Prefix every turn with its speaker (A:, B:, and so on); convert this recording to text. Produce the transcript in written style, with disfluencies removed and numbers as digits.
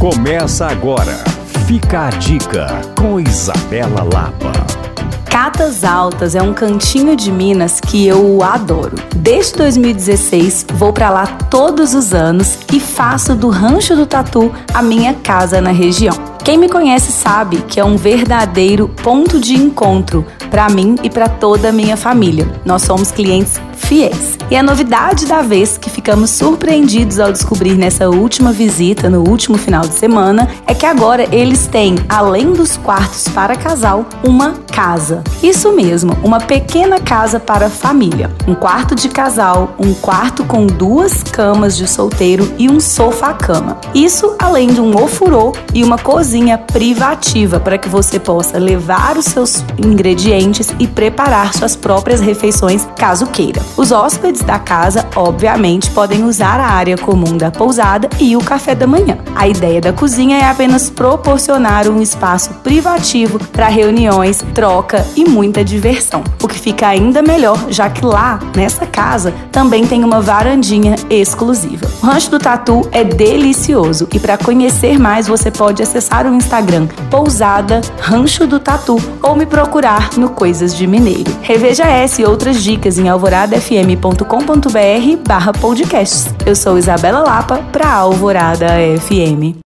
A: Começa agora. Fica a dica com Isabela Lapa.
B: Catas Altas é um cantinho de Minas que eu adoro. Desde 2016, vou pra lá todos os anos e faço do Rancho do Tatu a minha casa na região. Quem me conhece sabe que é um verdadeiro ponto de encontro para mim e para toda a minha família. Nós somos clientes fiéis. E a novidade da vez que ficamos surpreendidos ao descobrir nessa última visita, no último final de semana, é que agora eles têm, além dos quartos para casal, uma casa. Isso mesmo, uma pequena casa para família. Um quarto de casal, um quarto com 2 camas de solteiro e um sofá-cama. Isso além de um ofurô e uma cozinha privativa para que você possa levar os seus ingredientes e preparar suas próprias refeições caso queira. Os hóspedes da casa, obviamente, podem usar a área comum da pousada e o café da manhã. A ideia da cozinha é apenas proporcionar um espaço privativo para reuniões, troca e muita diversão. O que fica ainda melhor, já que lá, nessa casa, também tem uma varandinha exclusiva. O Rancho do Tatu é delicioso e para conhecer mais você pode acessar o Instagram Pousada Rancho do Tatu ou me procurar no Coisas de Mineiro. Reveja essa e outras dicas em alvoradafm.com.br/podcasts. Eu sou Isabela Lapa para Alvorada FM.